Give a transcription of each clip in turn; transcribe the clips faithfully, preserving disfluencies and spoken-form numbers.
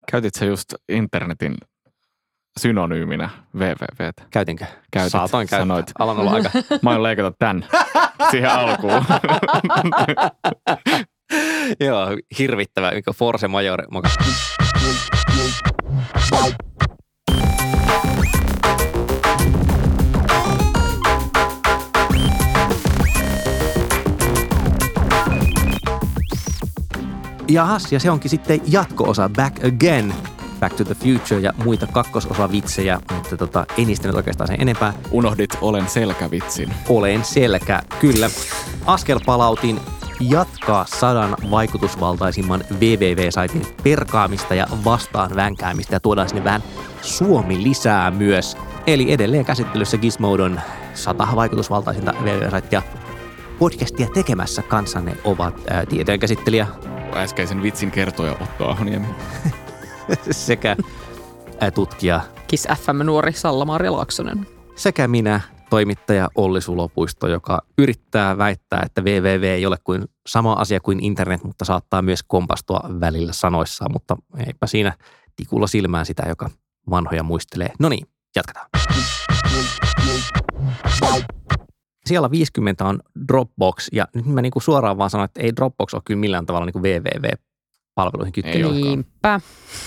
Käytit sä just internetin synonyyminä wwwtä? Käytinkö? Käytit. Saatoin käyttää. Sanoit. Alan olla aika. Mä oon leikata tän siihen alkuun. Joo, hirvittävä. Mikä Force Majore. Jahas, ja se onkin sitten jatko-osa Back Again, Back to the Future ja muita kakkososa-vitsejä, mutta tota, ei niistä nyt oikeastaan sen enempää. Unohdit Olen selkävitsin. Olen selkä, kyllä. Askelpalautin jatkaa sadan vaikutusvaltaisimman www-saitin perkaamista ja vastaan vänkäämistä ja tuodaan sinne vähän Suomi lisää myös. Eli edelleen käsittelyssä Gizmodon sata vaikutusvaltaisinta www-saitia. Podcastia tekemässä kanssanne ovat ää, tietojenkäsittelijä. Äskeisen vitsin kertoja Otto Ahoniemi. sekä ää, tutkija. Kiss F M-nuori Salla-Maria Laaksonen. Sekä minä, toimittaja Olli Sulopuisto, joka yrittää väittää, että www ei ole kuin sama asia kuin internet, mutta saattaa myös kompastua välillä sanoissaan, mutta eipä siinä tikulla silmään sitä, joka vanhoja muistelee. No niin, jatketaan. Siellä viisikymmentä on Dropbox, ja nyt mä niinku suoraan vaan sanon, että ei Dropbox ole kyllä millään tavalla niinku www-palveluihin kytkeytynyt. Niinpä.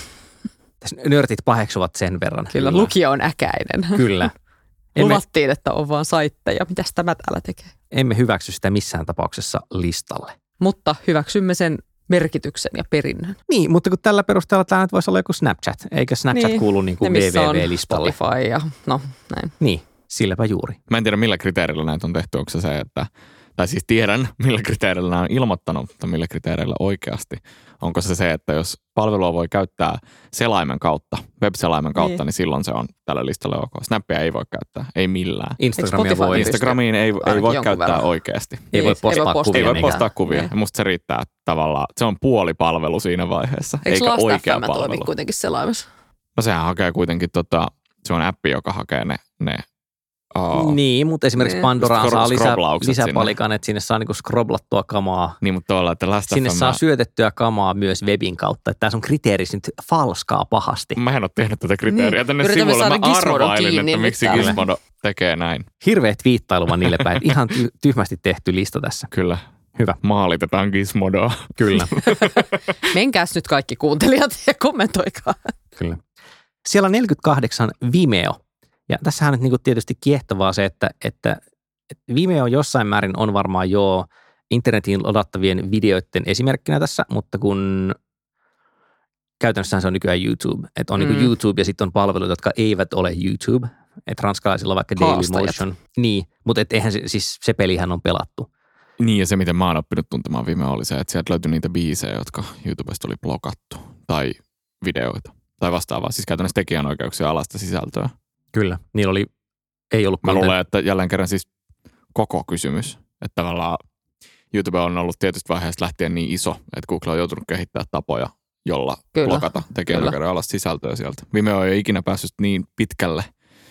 Tässä nörtit paheksuvat sen verran. Kyllä, kyllä. Lukija on äkäinen. Kyllä. Emme, luvattiin, että on vaan saitteja. Mitäs tämä täällä tekee? Emme hyväksy sitä missään tapauksessa listalle. Mutta hyväksymme sen merkityksen ja perinnön. Niin, mutta kun tällä perusteella tämä nyt voisi olla joku Snapchat, eikä Snapchat niin, kuulu niin kuin www-listalle. Spotify ja no näin. Niin, silläpä juuri. Mä en tiedä millä kriteerillä näitä on tehty, onko se se, että, tai siis tiedän millä kriteerillä nämä on ilmoittanut, mutta millä kriteerillä oikeasti. Onko se se, että jos palvelua voi käyttää selaimen kautta, web-selaimen kautta, niin, niin silloin se on tällä listalla ok. Snappia ei voi käyttää, ei millään. Instagramia voi. Instagramiin ei, ei voi käyttää verran. Oikeasti. Ei, ei voi postaa ei kuvia. Ei voi postaa kuvia. Ja musta se riittää tavallaan, se on puolipalvelu siinä vaiheessa, eikö eikä oikea palvelu. Eikö toimi kuitenkin selaimessa? No sehän hakee kuitenkin, tota, se on appi, joka hakee ne, ne Oh. Niin, mutta esimerkiksi niin. Pandoraan saa lisä, lisäpalikan, että sinne saa niinku scrobblattua kamaa. Niin, mutta tuolla, että Last sinne F M... saa syötettyä kamaa myös webin kautta. Että tässä on kriteeris nyt falskaa pahasti. Mä en ole tehnyt tätä kriteeriä niin. tänne Yritämme sivulle. Mä arvailin, kiinni, että miksi Gizmodo tekee näin. Hirveä twiittailu vaan niille päin. Ihan ty- tyhmästi tehty lista tässä. Kyllä. Hyvä. Maalitetaan Gizmodoa. Kyllä. Menkääs nyt kaikki kuuntelijat ja kommentoikaa. Kyllä. Siellä on neljäkymmentäkahdeksan Vimeo. Ja tässähän nyt niin kuin tietysti kiehtovaa se, että, että, että Vimeo jossain määrin on varmaan jo internetin ladattavien videoiden esimerkkinä tässä, mutta kun käytännössä se on nykyään YouTube. Että on mm. niin kuin YouTube ja sitten on palveluita, jotka eivät ole YouTube. Että ranskalaisilla on vaikka Dailymotion. Niin, mutta et eihän se, siis se pelihän on pelattu. Niin ja se, miten mä oon oppinut tuntemaan Vimeo oli se, että sieltä löytyi niitä biisejä, jotka YouTubesta oli blokattu tai videoita tai vastaavaa. Siis käytännössä tekijänoikeuksia alasta sisältöä. Kyllä, niillä oli, ei ollut... Mä luulen, että jälleen kerran siis koko kysymys, että tavallaan YouTube on ollut tietystä vaiheesta lähtien niin iso, että Google on joutunut kehittämään tapoja, jolla Kyllä. blokata tekijänoikeuden alasta sisältöä sieltä. Vimeo ei ole ikinä päässyt niin pitkälle,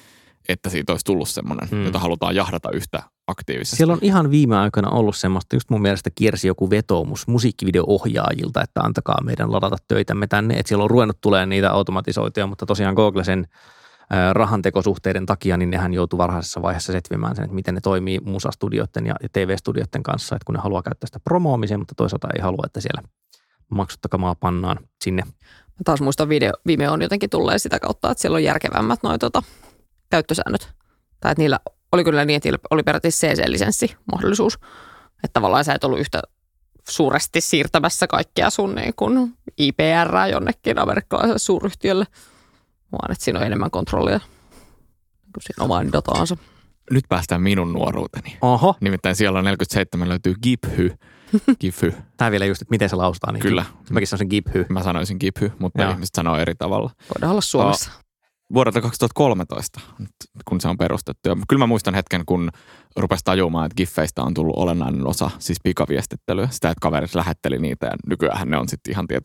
että siitä olisi tullut semmoinen, hmm. jota halutaan jahdata yhtä aktiivisesti. Siellä on ihan viime aikoina ollut semmoista, just mun mielestä kiersi joku vetoomus musiikkivideo-ohjaajilta, että antakaa meidän ladata töitämme tänne. Että siellä on ruvennut tulemaan niitä automatisoituja, mutta tosiaan Google sen rahantekosuhteiden takia, niin nehän joutuu varhaisessa vaiheessa setvimään sen, että miten ne toimii musastudioiden ja T V-studioiden kanssa, että kun ne haluaa käyttää sitä promoomiseen, mutta toisaalta ei halua, että siellä maksuttakamaa pannaan sinne. Mä taas muistan video, Vimeo jotenkin tulee sitä kautta, että siellä on järkevämmät noi tota, käyttösäännöt. Tai että niillä oli kyllä niin, että oli periaatteessa C C-lisenssi mahdollisuus, että tavallaan sä et ollut yhtä suuresti siirtämässä kaikkea sun niin kuin I P R jonnekin amerikkalaiselle suuryhtiölle, vaan että siinä on enemmän kontrollia kuin siinä omaan dataansa. Nyt päästään minun nuoruuteni. Oho. Nimittäin siellä on neljäkymmentäseitsemän löytyy GIPHY. GIPHY. Tämä vielä just, että miten se lausutaan. Niin Kyllä. Mäkin sanoisin GIPHY. Mä sanoisin GIPHY, mutta Joo. ihmiset sanoo eri tavalla. Voidaan olla Suomessa. Vuodelta kaksituhattakolmetoista, kun se on perustettu. Ja kyllä mä muistan hetken, kun rupesi tajumaan, että GIFeistä on tullut olennainen osa, siis pikaviestittelyä. Sitä, että kaverit lähetteli niitä ja nykyään ne on sitten ihan tietysti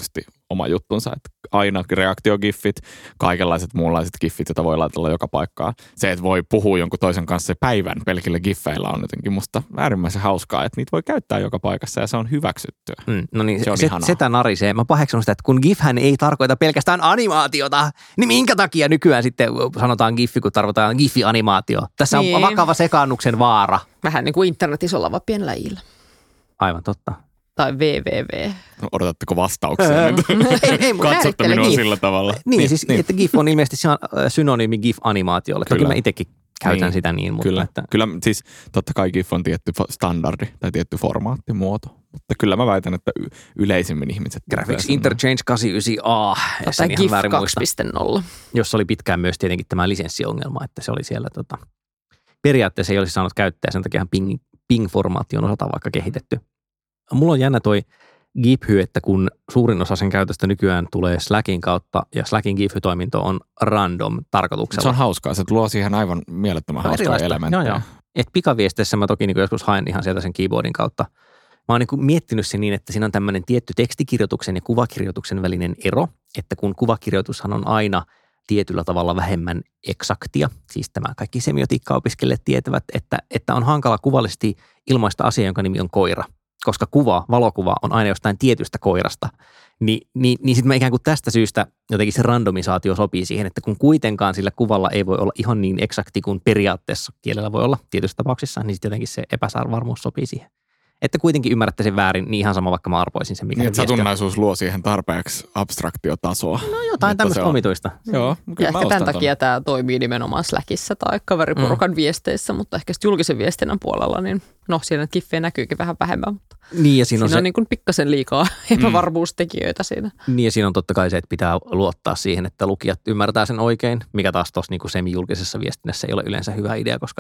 oma juttunsa. Että aina reaktiogiffit, kaikenlaiset muunlaiset giffit, joita voi laitella joka paikkaan. Se, että voi puhua jonkun toisen kanssa päivän pelkillä giffeillä on jotenkin musta äärimmäisen hauskaa, että niitä voi käyttää joka paikassa ja se on hyväksyttyä. Mm, no niin, se on se, ihanaa. Setä narisee. Mä paheksun sitä, että kun gifhän ei tarkoita pelkästään animaatiota, niin minkä takia nykyään sitten sanotaan giffi, kun tarvitaan giffi-animaatio? Tässä niin. on vakava sekaannuksen vaara. Vähän niin kuin internetissä oleva pienellä iillä. Aivan totta. Tai www. No, odotatteko vastauksia? ei, ei, Katsotte minua GIF. sillä tavalla. Niin, niin siis niin. Että GIF on ilmeisesti synonyymi GIF-animaatiolle. Toki mä itsekin käytän niin. sitä niin. Mutta kyllä. Että... kyllä, siis totta kai GIF on tietty standardi tai tietty formaattimuoto. Mutta kyllä mä väitän, että y- yleisimmin ihmiset... Graphics Interchange kahdeksankymmentäyhdeksän A. Tai GIF kaksi piste nolla. Jossa oli pitkään myös tietenkin tämä lisenssiongelma, että se oli siellä tota... periaatteessa ei olisi saanut käyttää, sen takia ping, ping-formaatti on osaltaan vaikka kehitetty. Mulla on jännä toi GIF-hy, että kun suurin osa sen käytöstä nykyään tulee Slackin kautta ja Slackin GIF-toiminto on random tarkoituksella. Se on hauskaa, se luo siihen aivan mielettömän no, hauskaa elementtejä. Joo, joo. Et pikaviesteissä mä toki niin joskus haen ihan sieltä sen keyboardin kautta. Mä oon niin miettinyt sen niin, että siinä on tämmöinen tietty tekstikirjoituksen ja kuvakirjoituksen välinen ero, että kun kuvakirjoitushan on aina tietyllä tavalla vähemmän eksaktia, siis tämä kaikki semiotiikkaopiskelijat tietävät, että, että on hankala kuvallisesti ilmaista asia, jonka nimi on koira, koska kuva, valokuva on aina jostain tietystä koirasta, Ni, niin, niin sitten mä ikään kuin tästä syystä jotenkin se randomisaatio sopii siihen, että kun kuitenkaan sillä kuvalla ei voi olla ihan niin eksakti kuin periaatteessa kielellä voi olla tietyissä tapauksissa, niin sitten jotenkin se epävarmuus sopii siihen. Että kuitenkin ymmärrätte sen väärin, niin ihan sama vaikka mä arpoisin sen, mikä niin, satunnaisuus luo siihen tarpeeksi abstraktiotasoa. No jotain tämmöistä omituista. Joo, ja ehkä tämän takia tämä toimii nimenomaan Slackissa tai kaveriporukan mm. viesteissä, mutta ehkä julkisen viestinnän puolella, niin no siinä giffejä näkyykin vähän vähemmän, mutta niin, ja siinä, siinä on, se, on niin kuin pikkasen liikaa epävarmuustekijöitä siinä. Niin ja siinä on totta kai se, että pitää luottaa siihen, että lukijat ymmärtää sen oikein, mikä taas tuossa niin kuin semi-julkisessa viestinnässä ei ole yleensä hyvä idea, koska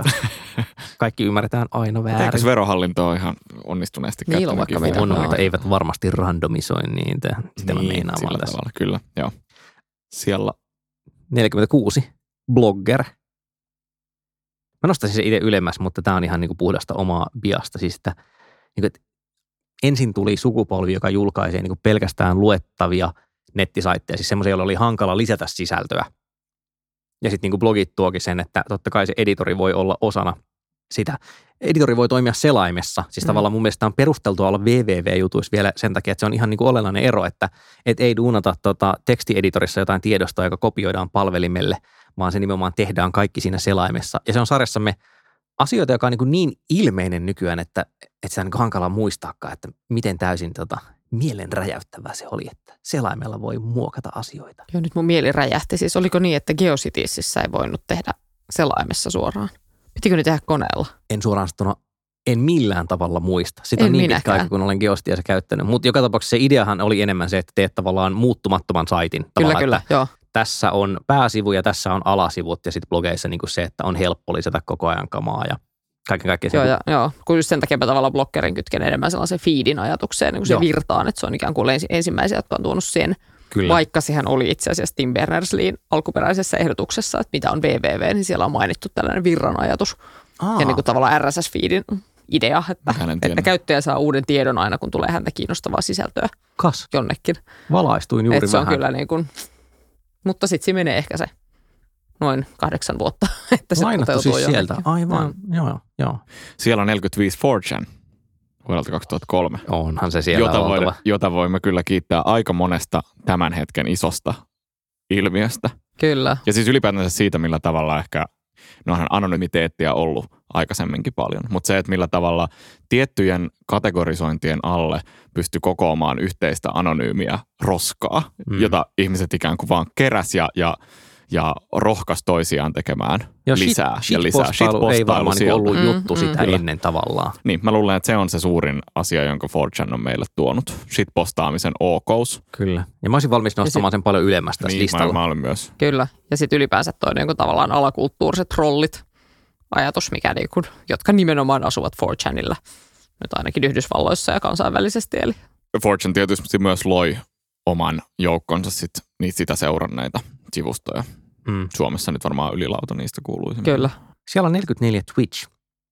kaikki ymmärretään aina väärin. Eikös verohallinto on ihan onnistuneesti niin käyttänyt giffejä? On, mutta eivät varmasti randomisoi niitä. Sitä niin, mä meinaan vaan tässä. Tavalla, kyllä, joo. Siellä neljäkymmentäkuusi, Blogger. Mä nostaisin se itse ylemmäs, mutta tämä on ihan niin kuin puhdasta omaa biasta. Siis että, niin kuin, että ensin tuli sukupolvi, joka julkaisee niin kuin pelkästään luettavia nettisaitteja, siis semmoisia, joilla oli hankala lisätä sisältöä. Ja sitten niin blogit tuokin sen, että totta kai se editori voi olla osana sitä. Editori voi toimia selaimessa. Siis mm. tavallaan mun mielestä on perusteltua olla www-jutuissa vielä sen takia, että se on ihan niin kuin olennainen ero, että et ei duunata tota tekstieditorissa jotain tiedostoa, joka kopioidaan palvelimelle, vaan se nimenomaan tehdään kaikki siinä selaimessa. Ja se on sarjassamme asioita, joka on niin, niin ilmeinen nykyään, että, että se on niin hankalaa muistaakaan, että miten täysin tota, mielen räjäyttävää se oli, että selaimella voi muokata asioita. Joo, nyt mun mieli räjähti. Siis oliko niin, että GeoCitiesissä ei voinut tehdä selaimessa suoraan? Pitikö ne tehdä koneella? En suoraan sanottuna, en millään tavalla muista. Sitä en on niin minäkään. pitkä aika, kun olen GeoCitiesiä käyttänyt. Mutta joka tapauksessa se ideahan oli enemmän se, että teet tavallaan muuttumattoman saitin. Kyllä, kyllä, joo. Tässä on pääsivu ja tässä on alasivut ja sitten blogeissa niin kuin se, että on helppo lisätä koko ajan kamaa ja kaiken kaikkiaan. Joo, ja, joo, kun just sen takia mä tavallaan bloggerin kytken enemmän sellaisen feedin ajatukseen, niin kuin se virtaan, että se on ikään kuin ensimmäisiä, jotka on tuonut sen. Kyllä. Vaikka sehän oli itse asiassa Tim Berners-Leein alkuperäisessä ehdotuksessa, että mitä on www, niin siellä on mainittu tällainen virran ajatus. Aa. Ja niin kuin tavallaan R S S-feedin idea, että, että käyttäjä saa uuden tiedon aina, kun tulee häntä kiinnostavaa sisältöä Kas. jonnekin. Valaistuin juuri että se vähän. on kyllä niin kuin, mutta sitten se menee ehkä se noin kahdeksan vuotta, että se lainattu toteutuu siis sieltä, jonnekin. aivan, joo, joo. joo. Siellä on neljäkymmentäviisi four chan vuodelta kaksituhattakolme. Onhan se siellä jota, oltava. voi, jota voimme kyllä kiittää aika monesta tämän hetken isosta ilmiöstä. Kyllä. Ja siis ylipäätänsä siitä, millä tavalla ehkä, nohan anonymiteettiä ollut aikaisemminkin paljon, mutta se, että millä tavalla tiettyjen kategorisointien alle pystyy kokoamaan yhteistä anonyymiä roskaa, mm. jota ihmiset ikään kuin vaan keräs ja, ja, ja rohkas toisiaan tekemään ja lisää shit, ja lisää. Shit-postailu ei varmaan niin ollut mm, juttu mm, sitä kyllä. ennen tavallaan. Niin, mä luulen, että se on se suurin asia, jonka four chan on meille tuonut. Shit-postaamisen okous. Kyllä. Ja mä olisin valmis nostamaan sit, sen paljon ylemmästä tässä niin, listalla. Mä, mä olen myös. Kyllä. Ja sitten ylipäänsä toi niin kuin tavallaan alakulttuuriset trollit. Ajatus, mikä niin kuin, jotka nimenomaan asuvat four chanilla. Nyt ainakin Yhdysvalloissa ja kansainvälisesti. Eli. four chan tietysti myös loi oman joukkonsa sit, niitä sitä seuranneita sivustoja. Mm. Suomessa nyt varmaan ylilauta niistä kuuluisi. Kyllä. Siellä on neljäkymmentäneljä Twitch.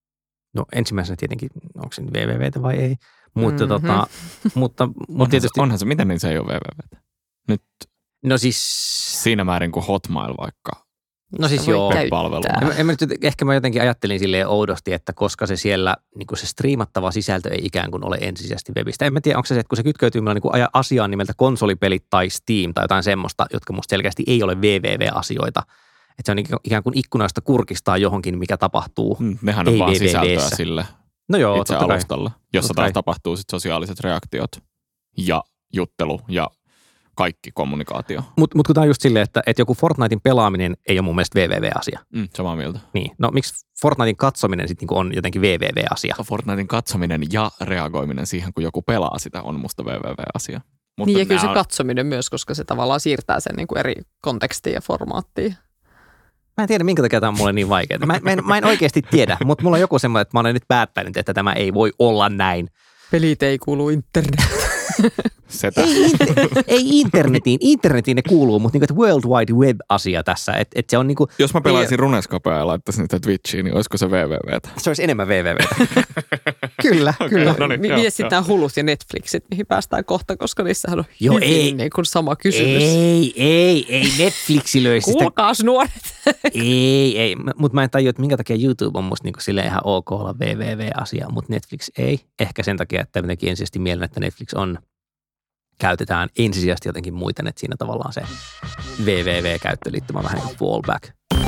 No ensimmäisenä tietenkin, onko se www vai ei. Mutta, mm-hmm. tota, mutta, mutta onhan tietysti... Se, onhan se, miten niin se ei ole www? nyt No siis... siinä määrin kuin Hotmail vaikka. No siis joo. Palveluna. En, en mä nyt, ehkä mä jotenkin ajattelin silleen oudosti, että koska se siellä, niin kuin se striimattava sisältö ei ikään kuin ole ensisijaisesti webistä. En mä tiedä, onko se se, että kun se kytkeytyy meillä niin asiaan nimeltä konsolipelit tai Steam tai jotain semmoista, jotka musta selkeästi ei ole www-asioita. Että se on ikään kuin ikkunoista kurkistaa johonkin, mikä tapahtuu. Mm, nehän on vaan sisältöä sille no joo, itse alustalla, jossa taas tapahtuu sit sosiaaliset reaktiot ja juttelu ja kaikki kommunikaatio. Mutta mut kun tämä on just silleen, että, että joku Fortnitein pelaaminen ei ole mun mielestä www-asia. Mm, samaa mieltä. Niin, no miksi Fortnitein katsominen sitten niinku on jotenkin www-asia? Fortnitein katsominen ja reagoiminen siihen, kun joku pelaa sitä, on musta www-asia. Mutta niin ja kyllä se on... katsominen myös, koska se tavallaan siirtää sen niinku eri kontekstiin ja formaattiin. Mä en tiedä, minkä takia tämä on mulle niin vaikeaa. Mä, mä, en, mä en oikeasti tiedä, mutta mulla on joku semmoinen, että mä olen nyt päättänyt, että tämä ei voi olla näin. Pelit ei kuulu internet. Ei, inter, ei internetiin. Internetiin ne kuuluu, mutta niinku, World Wide Web-asia tässä. Et, et se on niinku, jos mä pelaisin Runescapea ja laittaisin niitä Twitchiin, niin olisiko se wwwtä? Se olisi enemmän wwwtä. Kyllä, okay, kyllä. No niin, Mies sitten nämä Hulut ja Netflixit, mihin päästään kohta, koska niissähän on joo, hyvin ei, niin kuin sama kysymys. Ei, ei, ei Netflixi löisi sitä. Kuulkaas nuoret. Ei, ei. Mutta mä en tajua, että minkä takia YouTube on musta niinku silleen ihan ok olla www-asia, mutta Netflix ei. Ehkä sen takia, että jotenkin ensisijaisesti mielen, että Netflix on käytetään ensisijaisesti jotenkin muuten, että siinä tavallaan se www-käyttöliittymä on vähän niin kuin fallback.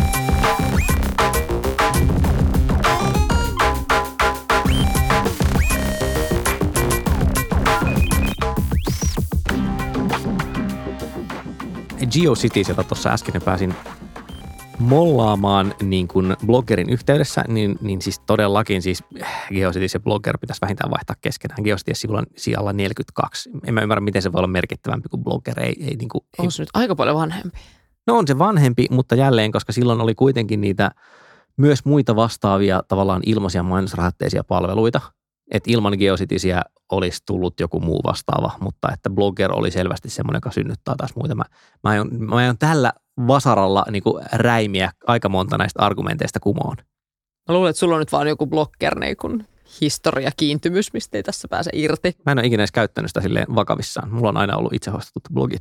GeoCities, jota tuossa äsken pääsin mollaamaan niin kuin bloggerin yhteydessä, niin, niin siis todellakin siis GeoCities ja Blogger pitäisi vähintään vaihtaa keskenään. GeoCities sivulla sijalla neljäkymmentäkaksi. En mä ymmärrä, miten se voi olla merkittävämpi kuin Blogger. Ei, ei, niin kuin, on se nyt aika paljon vanhempi? No on se vanhempi, mutta jälleen, koska silloin oli kuitenkin niitä myös muita vastaavia tavallaan ilmaisia mainosrahoitteisia palveluita. Että ilman GeoCitiesia olisi tullut joku muu vastaava, mutta että Blogger oli selvästi semmoinen, joka synnyttää taas muita. Mä, mä, aion, mä aion tällä vasaralla niin kuin räimiä aika monta näistä argumenteista kumoon. Mä luulen, että sulla on nyt vaan joku Blogger niin kuin historiakiintymys, mistä ei tässä pääse irti. Mä en ole ikinä edes käyttänyt sitä silleen vakavissaan. Mulla on aina ollut itse hostetut blogit.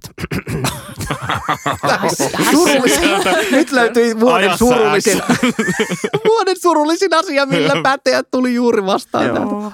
Nyt löytyi vuoden surullisin, vuoden surullisin asia, millä päättäjät tuli juuri vastaan.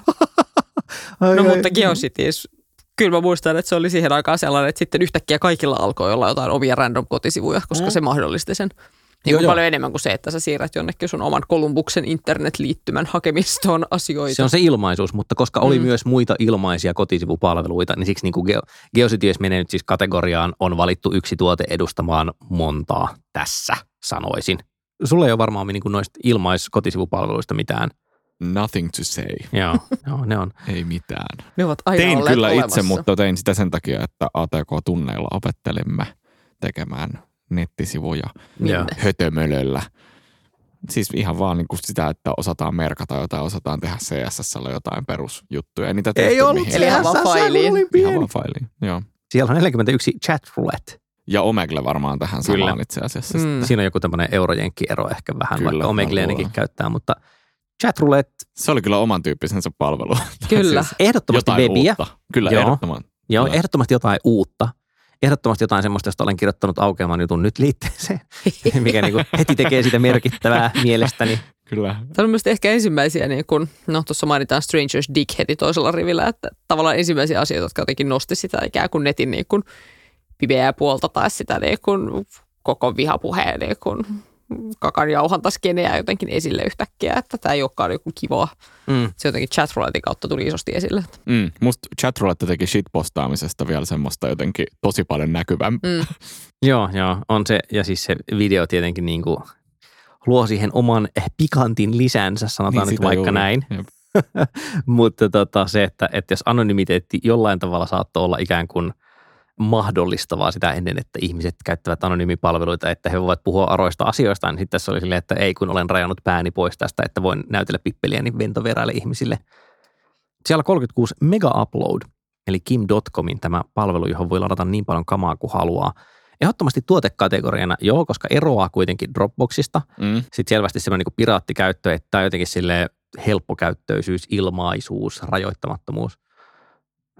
ai, no ai, mutta GeoCities, kyllä mä muistan, että se oli siihen aikaan sellainen, että sitten yhtäkkiä kaikilla alkoi olla jotain omia random kotisivuja, koska mm. se mahdollisti sen. Niin joo, paljon joo. enemmän kuin se, että sä siirrät jonnekin sun oman Columbuksen internetliittymän hakemistoon asioita. Se on se ilmaisuus, mutta koska oli mm. myös muita ilmaisia kotisivupalveluita, niin siksi niin kuin Geo, GeoCities menee nyt siis kategoriaan, on valittu yksi tuote edustamaan montaa tässä, sanoisin. Sulla ei ole varmaan niin kuin noista ilmaiskotisivupalveluista mitään. Nothing to say. Joo, joo, ne on. Ei mitään. Ne ovat aina tein kyllä olemassa. Itse, mutta tein sitä sen takia, että A T K-tunneilla opettelimme tekemään nettisivuja yeah. hötömölöllä. Siis ihan vaan niin kuin sitä, että osataan merkata jotain, osataan tehdä C S S:llä jotain perusjuttuja. Ei niitä tehty Ei ollut Eli ihan vaan failiin. Ihan vaan failiin, joo. Siellä on neljäkymmentäyksi chatroulette. Ja Omegle varmaan tähän Kyllä. samaan itse asiassa. Mm. Siinä on joku tämmöinen eurojenkki-ero ehkä vähän, Kyllä, vaikka Omegleenikin käyttää, mutta chatroulette. Se oli kyllä oman tyyppisensä palvelu. Kyllä. Siis ehdottomasti webiä. Uutta. Kyllä, joo. ehdottomasti. Joo, ehdottomasti jotain uutta. Ehdottomasti jotain semmoista, josta olen kirjoittanut aukeaman jutun nyt liitteeseen, mikä niin kuin heti tekee sitä merkittävää mielestäni. Kyllä. Tämä on myös ehkä ensimmäisiä, niin kun, no tuossa mainitaan Stranger's Dick heti toisella rivillä, että tavallaan ensimmäisiä asioita, jotka jotenkin nosti sitä ikään kuin netin niin kuin pimeää puolta tai sitä niin kuin koko vihapuheen niin kuin kakan jauhantaskeneä jotenkin esille yhtäkkiä, että tämä ei olekaan joku kivaa. Mm. Se jotenkin chatroulettin kautta tuli isosti esille. Mm. Musta chatroulette teki shitpostaamisesta vielä semmoista jotenkin tosi paljon näkyvämpää. Mm. Joo, joo, on se. Ja siis se video tietenkin niin kuin luo siihen oman pikantin lisänsä, sanotaan niin nyt vaikka juuri. Näin. Mutta tota, se, että, että jos anonymiteetti jollain tavalla saattoi olla ikään kuin mahdollistavaa sitä ennen, että ihmiset käyttävät anonyymipalveluita, että he voivat puhua aroista asioista, niin sitten tässä oli silleen, että ei kun olen rajannut pääni pois tästä, että voin näytellä pippeliä, niin ventovieraille ihmisille. Siellä kolmekymmentäkuusi Mega Upload, eli Kim piste comin tämä palvelu, johon voi ladata niin paljon kamaa kuin haluaa. Ehdottomasti tuotekategoriana, joo, koska eroaa kuitenkin Dropboxista. Mm. Sitten selvästi semmoinen niin kuin piraattikäyttö, että tämä on jotenkin silleen helppokäyttöisyys, ilmaisuus, rajoittamattomuus.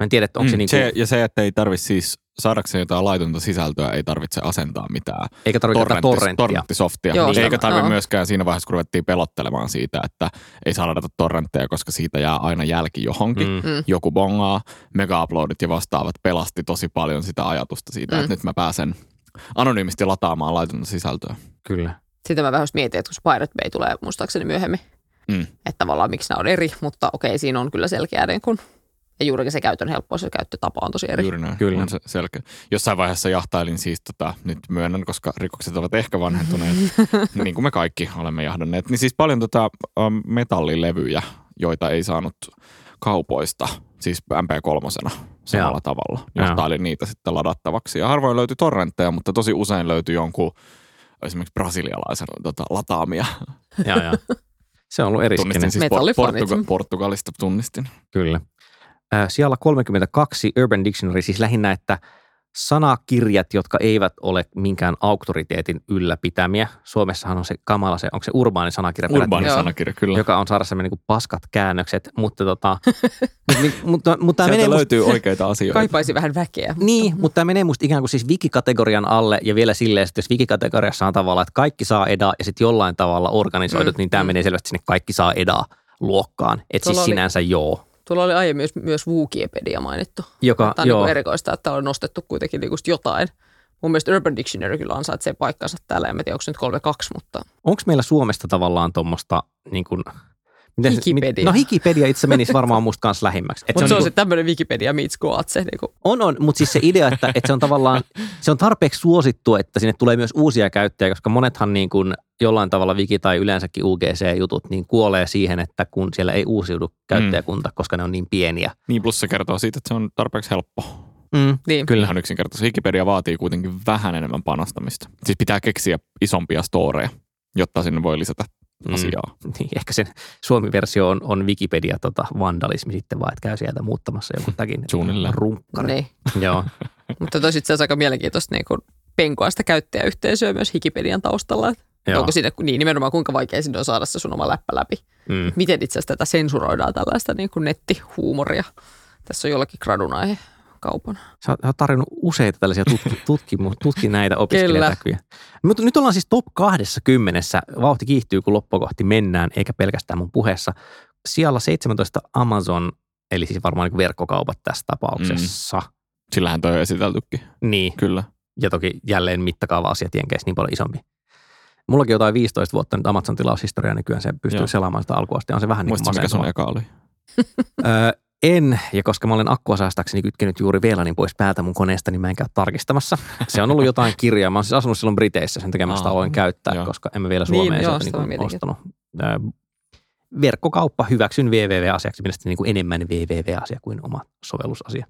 Mä en tiedä, että onko mm, se niin kuin... Se, ja se, että ei tarvitse siis, saadakseen jotain laitonta sisältöä, ei tarvitse asentaa mitään. Eikä tarvitse torrentti, torrenttia. Torrenttisoftia. Joo, eikä tarvitse no. myöskään siinä vaiheessa, kun ruvettiin pelottelemaan siitä, että ei saa ladata torrentteja, koska siitä jää aina jälki johonkin. Mm. Mm. Joku bongaa, mega-uploadit ja vastaavat pelasti tosi paljon sitä ajatusta siitä, mm. että nyt mä pääsen anonyymisti lataamaan laitonta sisältöä. Kyllä. Sitä mä vähän mietin, että kun Pirate Bay tulee muistaakseni myöhemmin, mm. että tavallaan miksi nämä on eri, mutta okei, siinä on kyllä selkeä niin kun, ja juurikin se käytön helppous ja käyttötapa on tosi eri. Juuri näin, kyllä. On se selkeä. Jossain vaiheessa jahtailin siis, tota, nyt myönnän, koska rikokset ovat ehkä vanhentuneet, niin kuin me kaikki olemme jahdanneet, niin siis paljon tota, metallilevyjä, joita ei saanut kaupoista, siis M P kolme samalla ja. tavalla. Jahtailin niitä sitten ladattavaksi ja harvoin löytyi torrentteja, mutta tosi usein löytyi jonkun esimerkiksi brasilialaisen tota, lataamia. Joo, joo. Se on ollut eriskinen. Tunnistin siis Portuga- Portugalista tunnistin. Kyllä. Äh, siellä kolmekymmentäkaksi Urban Dictionary, siis lähinnä, että sanakirjat, jotka eivät ole minkään auktoriteetin ylläpitämiä. Suomessahan on se kamala, se, onko se urbaani sanakirja? Urbaani sanakirja, kyllä. Joka on saada semmoinen niin paskat käännökset, mutta tota... mutta, mutta, mutta sieltä menee löytyy must, oikeita asioita. Kaipaisi vähän väkeä. Mutta... Niin, mutta tämä menee musta ikään kuin siis wiki-kategorian alle ja vielä silleen, että jos wiki-kategoriassa on tavallaan, että kaikki saa edaa ja sitten jollain tavalla organisoidut, mm, niin tämä mm. menee selvästi sinne kaikki saa edaa luokkaan. Että siis oli... sinänsä joo. Tuolla oli aiemmin myös, myös Wikipedia mainittu. Joka, Tämä on niin erikoista, että on nostettu kuitenkin niin jotain. Mun mielestä Urban Dictionary kyllä ansaitsee paikkansa täällä. En tiedä, onko se nyt kolme kaksi, mutta... Onko meillä Suomesta tavallaan tuommoista niin kuin... Wikipedia. No Wikipedia itse menisi varmaan musta kanssa lähimmäksi. Mutta se on, se, on niin se tämmöinen Wikipedia meets Goat se. Niin kuin. On, on, mutta siis se idea, että, että se on tavallaan, se on tarpeeksi suosittu, että sinne tulee myös uusia käyttäjiä, koska monethan niin kuin jollain tavalla Wiki tai yleensäkin U G C-jutut niin kuolee siihen, että kun siellä ei uusiudu käyttäjäkunta, mm. koska ne on niin pieniä. Niin, plus se kertoo siitä, että se on tarpeeksi helppo. Mm, niin. Kyllä. Ihan yksinkertaisesti. Wikipedia vaatii kuitenkin vähän enemmän panostamista. Siis pitää keksiä isompia storeja, jotta sinne voi lisätä asiaa. Mm. Niin, ehkä sen Suomi-versio on, on Wikipedia tota, vandalismi sitten vaan, että käy sieltä muuttamassa joku takin runkkari. Niin. Joo. Mutta tosi itse asiassa aika mielenkiintoista niin penkoa sitä käyttäjäyhteisöä myös Wikipedian taustalla. Onko siinä niin nimenomaan kuinka vaikea sinne on saada se sun oma läppä läpi? Mm. Miten itse asiassa tätä sensuroidaan tällaista niin kuin nettihuumoria? Tässä on jollakin gradun aihe kaupan. Sä oot tarjonnut useita tällaisia tutki, tutki, tutki näitä opiskelijatäkyjä. Mutta nyt ollaan siis top kaksikymmentä. Vauhti kiihtyy, kun loppukohti mennään, eikä pelkästään mun puheessa. Siellä seitsemäntoista Amazon, eli siis varmaan niin verkkokaupat tässä tapauksessa. Mm. Sillähän toi on esiteltykin. Niin. Kyllä. Ja toki jälleen mittakaava-asiat jenkeissä niin paljon isompi. Mullakin jotain viisitoista vuotta nyt Amazon-tilaushistoriaa nykyään, se pystyy selaamaan sitä alkuasti. On se vähän niin kuin mikä sun eka oli? öö, en, ja koska mä olen akkua säästäkseni kytkenyt juuri V LANin pois päältä mun koneesta, niin mä en käy tarkistamassa. Se on ollut jotain kirjaa. Mä oon siis asunut silloin Briteissä, sen tekemästä aloin käyttää, joo. koska emme vielä Suomeen niin, sieltä niin ostanut. Öö, verkkokauppa hyväksyn W W W-asiaksi, mielestäni niin kuin enemmän W W W-asia kuin oma sovellusasia.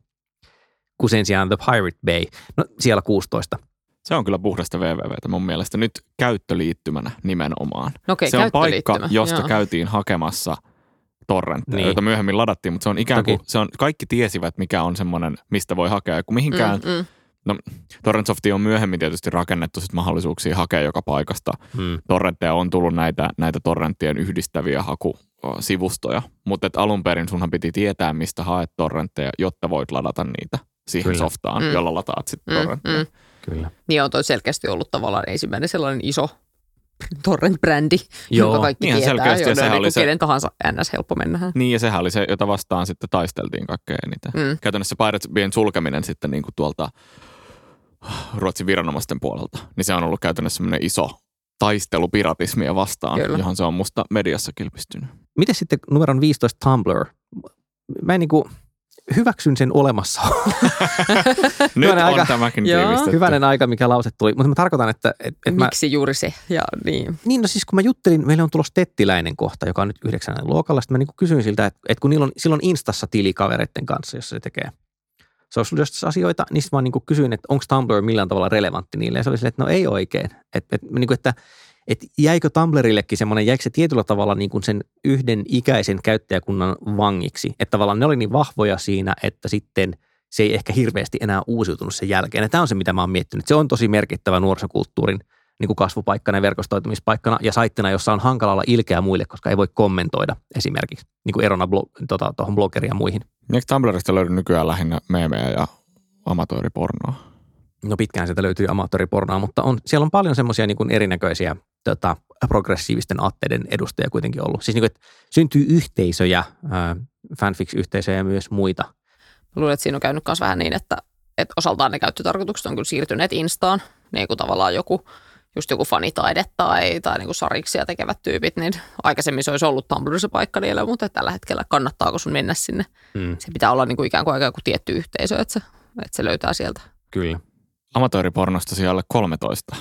Kun sen sijaan The Pirate Bay, no siellä kuusitoista. Se on kyllä puhdasta W W W:tä mun mielestä nyt käyttöliittymänä nimenomaan. Okei, se on paikka, josta joo. käytiin hakemassa torrentteja, niin. joita myöhemmin ladattiin, mutta se on ikään kuin, se on, kaikki tiesivät, mikä on semmoinen, mistä voi hakea. Kun mihinkään, mm, mm. no TorrentSoftia on myöhemmin tietysti rakennettu sit mahdollisuuksia hakea joka paikasta. Mm. Torrentteja on tullut näitä, näitä torrenttien yhdistäviä hakusivustoja, mutta alun perin sunhan piti tietää, mistä haet torrentteja, jotta voit ladata niitä siihen kyllä. softaan, mm. jolla lataat sitten mm, torrentteja. Mm. Kyllä. Niin on toi selkeästi ollut tavallaan ensimmäinen sellainen iso torrent-brändi, jonka kaikki niin tietää, joiden on niin se, kenen tahansa ns. Helppo mennä. Niin ja sehän oli se, jota vastaan sitten taisteltiin kaikkein eniten. Mm. Käytännössä Pirate Bayn sulkeminen sitten niin kuin tuolta Ruotsin viranomaisten puolelta, niin se on ollut käytännössä semmoinen iso taistelu piratismia vastaan, kyllä. johon se on musta mediassa kilpistynyt. Miten sitten numeron viisitoista Tumblr? Mä en niin kuin hyväksyn sen olemassa. Nyt on aika, tämäkin tiivistetty. Hyvänen aika, mikä lause tuli. Mutta mä tarkoitan, että... Et, et Miksi mä, juuri se? Ja niin. niin, no siis kun mä juttelin, meillä on tulossa Tettiläinen kohta, joka on nyt yhdeksännen luokalla. Sitten mä niin kysyin siltä, että, että kun niillä on, silloin Instassa tili kavereiden kanssa, jossa se tekee social justice asioita, niin sitten mä niin kysyin, että onko Tumblr millään tavalla relevantti niille. Ja se oli silleen, että no ei oikein. Että, että, niin kuin, että Että jäikö Tumblrillekin semmoinen, jäikö se tietyllä tavalla niin kuin sen yhden ikäisen käyttäjäkunnan vangiksi? Että tavallaan ne oli niin vahvoja siinä, että sitten se ei ehkä hirveästi enää uusiutunut sen jälkeen. Ja tämä on se, mitä mä oon miettinyt. Se on tosi merkittävä nuorisokulttuurin niin kuin kasvupaikkana ja verkostoitumispaikkana ja saittina, jossa on hankala olla ilkeä muille, koska ei voi kommentoida esimerkiksi niin kuin erona tuohon tota, bloggeriin ja muihin. Eikö Tumblrista löydy nykyään lähinnä meemejä ja amatööripornoa? No pitkään sieltä löytyy amatööripornoa, mutta on, siellä on paljon semmoisia niin kuin erinäköisiä tota, progressiivisten aatteiden edustajia kuitenkin ollut. Siis niin kuin, että syntyy yhteisöjä, äh, fanfics-yhteisöjä ja myös muita. Luulen, että siinä on käynyt myös vähän niin, että, että osaltaan ne käyttötarkoitukset on kyllä siirtyneet Instaan, niin kuin tavallaan joku, just joku fanitaide tai, tai niin kuin sariksia tekevät tyypit, niin aikaisemmin se olisi ollut Tumblrissa paikka niille, mutta tällä hetkellä kannattaako sun mennä sinne. Mm. Se pitää olla niin kuin ikään kuin aika joku tietty yhteisö, että se, että se löytää sieltä. Kyllä. Amatööripornosta siellä kolmetoista,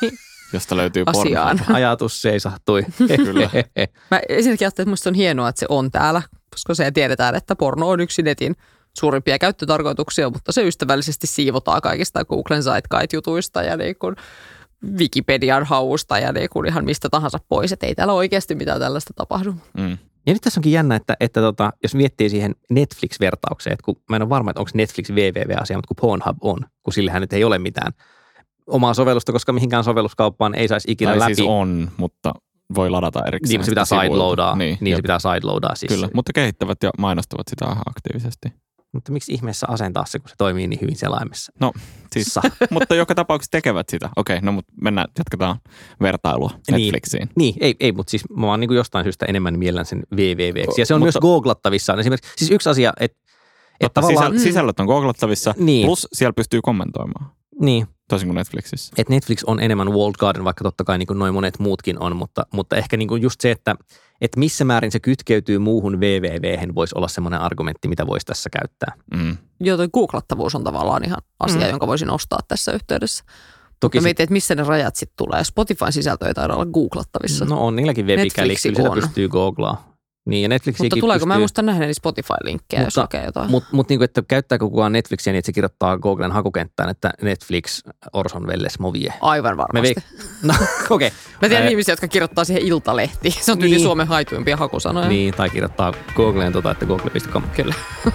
josta löytyy Asiaan. porno. Ajatus seisahtui. Kyllä. Mä ensinnäkin ajattelin, että musta on hienoa, että se on täällä, koska se tiedetään, että porno on yksi netin suurimpia käyttötarkoituksia, mutta se ystävällisesti siivotaan kaikista Googlen Sideguide-jutuista ja niin kuin Wikipedian hausta ja niin kuin ihan mistä tahansa pois, että ei täällä oikeasti mitään tällaista tapahdu. Mm. Ja nyt tässä onkin jännä, että, että tota, jos miettii siihen Netflix-vertaukseen, että kun mä en ole varma, että onko Netflix www-asia, mutta kun Pornhub on, kun sillähän nyt ei ole mitään omaa sovellusta, koska mihinkään sovelluskauppaan ei saisi ikinä tai läpi. Siis on, mutta voi ladata erikseen. Niin, se pitää sideloadaa. Niin, niin se pitää sideloadaa. Siis. Kyllä, mutta kehittävät ja mainostavat sitä aktiivisesti. Mutta miksi ihmeessä asentaa se, kun se toimii niin hyvin selaimessa? No siis, mutta joka tapauksessa tekevät sitä. Okei, no mutta mennään, jatketaan vertailua Netflixiin. Niin, niin ei, ei mutta siis mä oon niin kuin jostain syystä enemmän miellän sen www. Ja se on mutta, myös googlattavissa. Esimerkiksi, siis yksi asia, että et tavallaan sisäl, sisällöt on googlattavissa, niin. Plus siellä pystyy kommentoimaan. Niin. Toisin kuin Netflixissä. Et Netflix on enemmän walled garden, vaikka totta kai niin kuin noin monet muutkin on, mutta, mutta ehkä niin kuin just se, että et missä määrin se kytkeytyy muuhun www:hen voisi olla semmoinen argumentti, mitä voisi tässä käyttää. Mm. Joo, toi googlattavuus on tavallaan ihan asia, mm. jonka voisin nostaa tässä yhteydessä. Toki mutta mietin, että missä ne rajat sitten tulee. Spotifyn sisältö ei taida olla googlattavissa. No on niilläkin webikäli, kyllä sitä pystyy googlaa. Niin, ja Netflixiäkin mutta tuleeko, pystyy, mä en muista nähdä niissä Spotify-linkkejä, mutta, jos hakee jotain. Mutta mut, niin että käyttääkö kukaan Netflixiä niin, että se kirjoittaa Googlen hakukenttään, että Netflix Orson Welles Movie. Aivan varmasti. Veik- no, okei. Okay. Mä tiedän ihmisiä, jotka kirjoittaa siihen Iltalehti. Se on tyyli niin. Suomen haituimpia hakusanoja. Niin, tai kirjoittaa Googleen tota, että google piste com. Kyllä.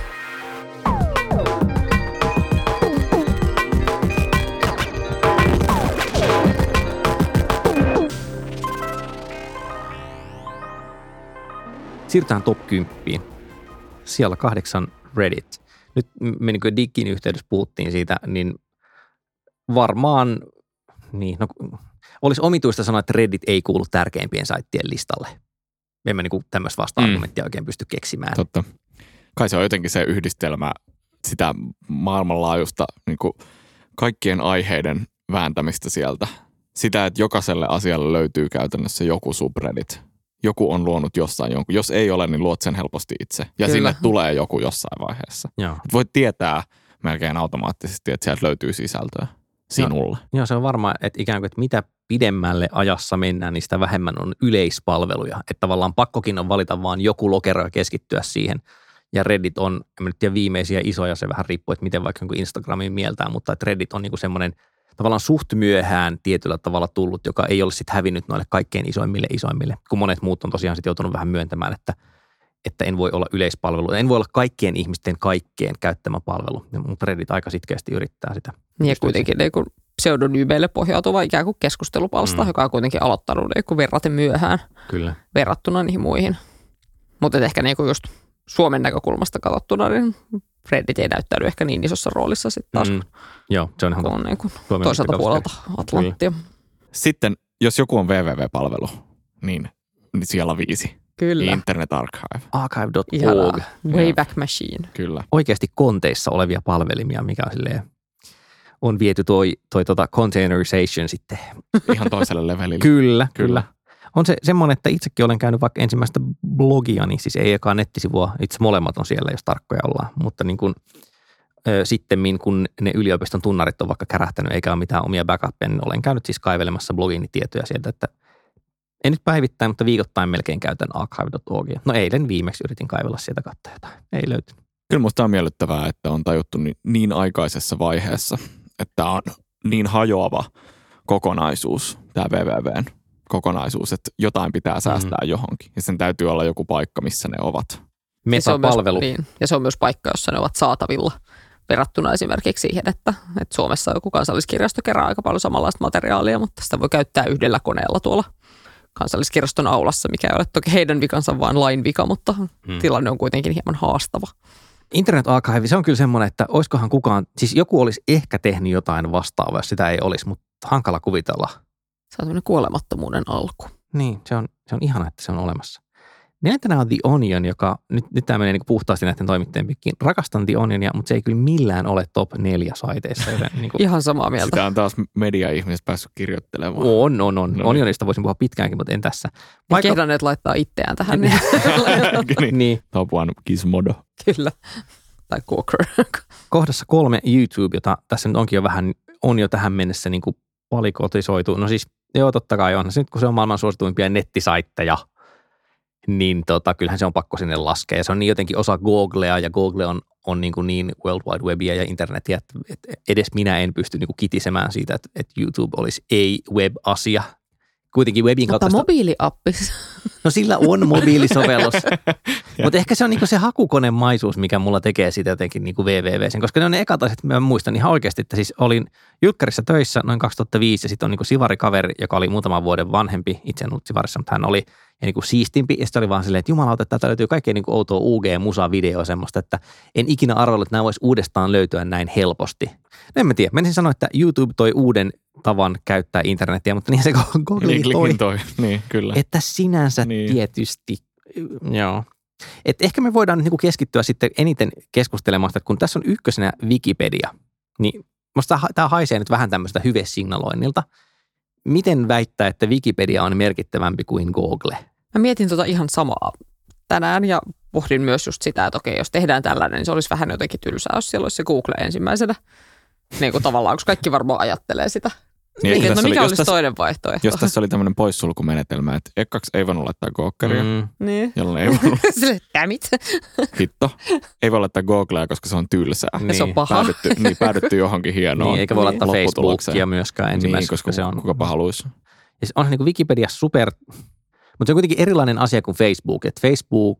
Siirrytään top kymmenen. Siellä kahdeksan Reddit. Nyt me niin digin yhteydessä puhuttiin siitä, niin varmaan, niin no, olisi omituista sanoa, että Reddit ei kuulu tärkeimpien saittien listalle. En mä niin tämmöistä vasta-argumenttia mm. oikein pysty keksimään. Totta. Kai se on jotenkin se yhdistelmä sitä maailmanlaajuista niin kuin kaikkien aiheiden vääntämistä sieltä. Sitä, että jokaiselle asialle löytyy käytännössä joku subreddit. Joku on luonut jossain jonkun. Jos ei ole, niin luot sen helposti itse. Ja Kyllä. sinne tulee joku jossain vaiheessa. Voit tietää melkein automaattisesti, että sieltä löytyy sisältöä sinulle. Joo, joo, se on varma, että ikään kuin, että mitä pidemmälle ajassa mennään, niin sitä vähemmän on yleispalveluja. Että tavallaan pakkokin on valita vaan joku lokero ja keskittyä siihen. Ja Reddit on, en nyt tiedä viimeisiä isoja, se vähän riippuu, että miten vaikka Instagramin mieltään, mutta että Reddit on niin kuin semmoinen tavallaan suht myöhään tietyllä tavalla tullut, joka ei ole sitten hävinnyt noille kaikkein isoimmille isoimmille, kun monet muut on tosiaan sitten joutunut vähän myöntämään, että, että en voi olla yleispalvelu. En voi olla kaikkien ihmisten kaikkeen käyttämä palvelu, mutta Reddit aika sitkeästi yrittää sitä. Niin ja kuitenkin niin kuin pseudonyymeille pohjautuva ikään kuin keskustelupalsta, mm. joka on kuitenenkin aloittanut niin kuin verraten myöhään Kyllä. verrattuna niihin muihin. Mutta ehkä niin kuin just Suomen näkökulmasta katsottuna, niin Reddit ei näyttäydy ehkä niin isossa roolissa sitten taas. Mm. Joo, se on ihan on niin kuin toiselta puolelta Atlanttia. Sitten, jos joku on www-palvelu, niin, niin siellä on viisi. Kyllä. Internet Archive. archive piste org. Wayback Machine. Kyllä. Oikeasti konteissa olevia palvelimia, mikä on silleen, on viety toi, toi tota containerization sitten. Ihan toiselle levelille. Kyllä, kyllä. On se semmoinen, että itsekin olen käynyt vaikka ensimmäistä blogiani, siis ei ekaan nettisivua, itse molemmat on siellä, jos tarkkoja ollaan, mutta niin kuin ö, sittemmin, kun ne yliopiston tunnarit on vaikka kärähtänyt, eikä ole mitään omia backupia, niin olen käynyt siis kaivelemassa blogini tietoja sieltä, että en nyt päivittäin, mutta viikoittain melkein käytän archive piste orgia. No eilen viimeksi yritin kaivella sieltä katsoa jotain, ei löytynyt. Kyllä musta on miellyttävää, että on tajuttu niin, niin aikaisessa vaiheessa, että on niin hajoava kokonaisuus, tämä www:n kokonaisuus, että jotain pitää säästää mm. johonkin. Ja sen täytyy olla joku paikka, missä ne ovat. Metapalvelu. Ja se on myös, niin, ja se on myös paikka, jossa ne ovat saatavilla verrattuna esimerkiksi siihen, että, että Suomessa joku kansalliskirjasto kerää aika paljon samanlaista materiaalia, mutta sitä voi käyttää yhdellä koneella tuolla kansalliskirjaston aulassa, mikä ei ole toki heidän vikansa, vaan lain vika, mutta hmm. tilanne on kuitenkin hieman haastava. Internet Archive, se on kyllä semmoinen, että olisikohan kukaan, siis joku olisi ehkä tehnyt jotain vastaavaa, jos sitä ei olisi, mutta hankala kuvitella. Se on tämmöinen kuolemattomuuden alku. Niin, se on, se on ihana, että se on olemassa. Neljäntenä on The Onion, joka, nyt, nyt tämä menee niin puhtaasti näiden toimittajien pikkiin. Rakastan The Onionia, mutta se ei kyllä millään ole top neljä saiteissa. Joten, niin kuin, ihan samaa mieltä. Sitä on taas media-ihmiset päässyt kirjoittelemaan. On, on, on. No. Onionista voisin puhua pitkäänkin, mutta en tässä. Vaikka... Kehdanneet laittaa itseään tähän. niin. niin. Top one, Gizmodo. Kyllä. Tai Gawker. Kohdassa kolme YouTube, jota tässä nyt onkin jo vähän, on jo tähän mennessä niin kuin palikotisoitu. No siis, joo, totta kai on. Nyt kun se on maailman suosituimpia nettisaitteja, niin tota, kyllähän se on pakko sinne laskea. Ja se on niin jotenkin osa Googlea, ja Google on, on niin, kuin niin World Wide Webia ja internetiä, että, että edes minä en pysty niin kuin kitisemään siitä, että, että YouTube olisi ei-web-asia. Kuitenkin webin kautta. Mutta mobiiliappis. No sillä on mobiilisovellus. Mutta ehkä se on niinku se hakukonemaisuus, mikä mulla tekee siitä jotenkin niinku www. Koska ne on ne ekat asiat, mä muistan ihan oikeasti, että siis olin Jylkkärissä töissä noin kaksituhattaviisi ja sitten on niinku sivarikaveri, joka oli muutaman vuoden vanhempi. Itse en ollut sivarissa, mutta hän oli ja niinku siistimpi. Ja sitten oli vaan silleen, että jumalauta, että täältä löytyy kaikkea niinku outoa U G-musa-videoa semmoista, että en ikinä arvellut, että nämä vois uudestaan löytyä näin helposti. No en mä tiedä. Menisin sanoa, että YouTube toi uuden tavan käyttää internetiä, mutta niin se Google toi. toi. Niin, kyllä. Että sinänsä niin. Tietysti, joo. Et ehkä me voidaan niinku keskittyä sitten eniten keskustelemaan, että kun tässä on ykkösenä Wikipedia, niin musta tämä haisee nyt vähän tämmöistä hyvesignaloinnilta. Miten väittää, että Wikipedia on merkittävämpi kuin Google? Mä mietin tota ihan samaa tänään ja pohdin myös just sitä, että okei, jos tehdään tällainen, niin se olisi vähän jotenkin tylsää, jos siellä olisi se Google ensimmäisenä. Niin kuin tavallaan, koska kaikki varmaan ajattelee sitä. Niin, niin, no mikä oli, olisi tässä, toinen vaihtoehto? Jos tässä oli tämmöinen poissulkumenetelmä, että ekaksi ei voinut laittaa Googlea, mm. niin. jolloin ei voinut. Sille, tämit. Hitto. Ei voi laittaa Googlea, koska se on tylsää. Niin. Se on paha. Päädytty, niin, päädytty johonkin hienoon. Niin, eikä voi laittaa Facebookia myöskään ensimmäisenä. Niin, koska se on, kuka haluaisi. Ja onhan niin kuin Wikipedia super, mutta se on kuitenkin erilainen asia kuin Facebook. Että Facebook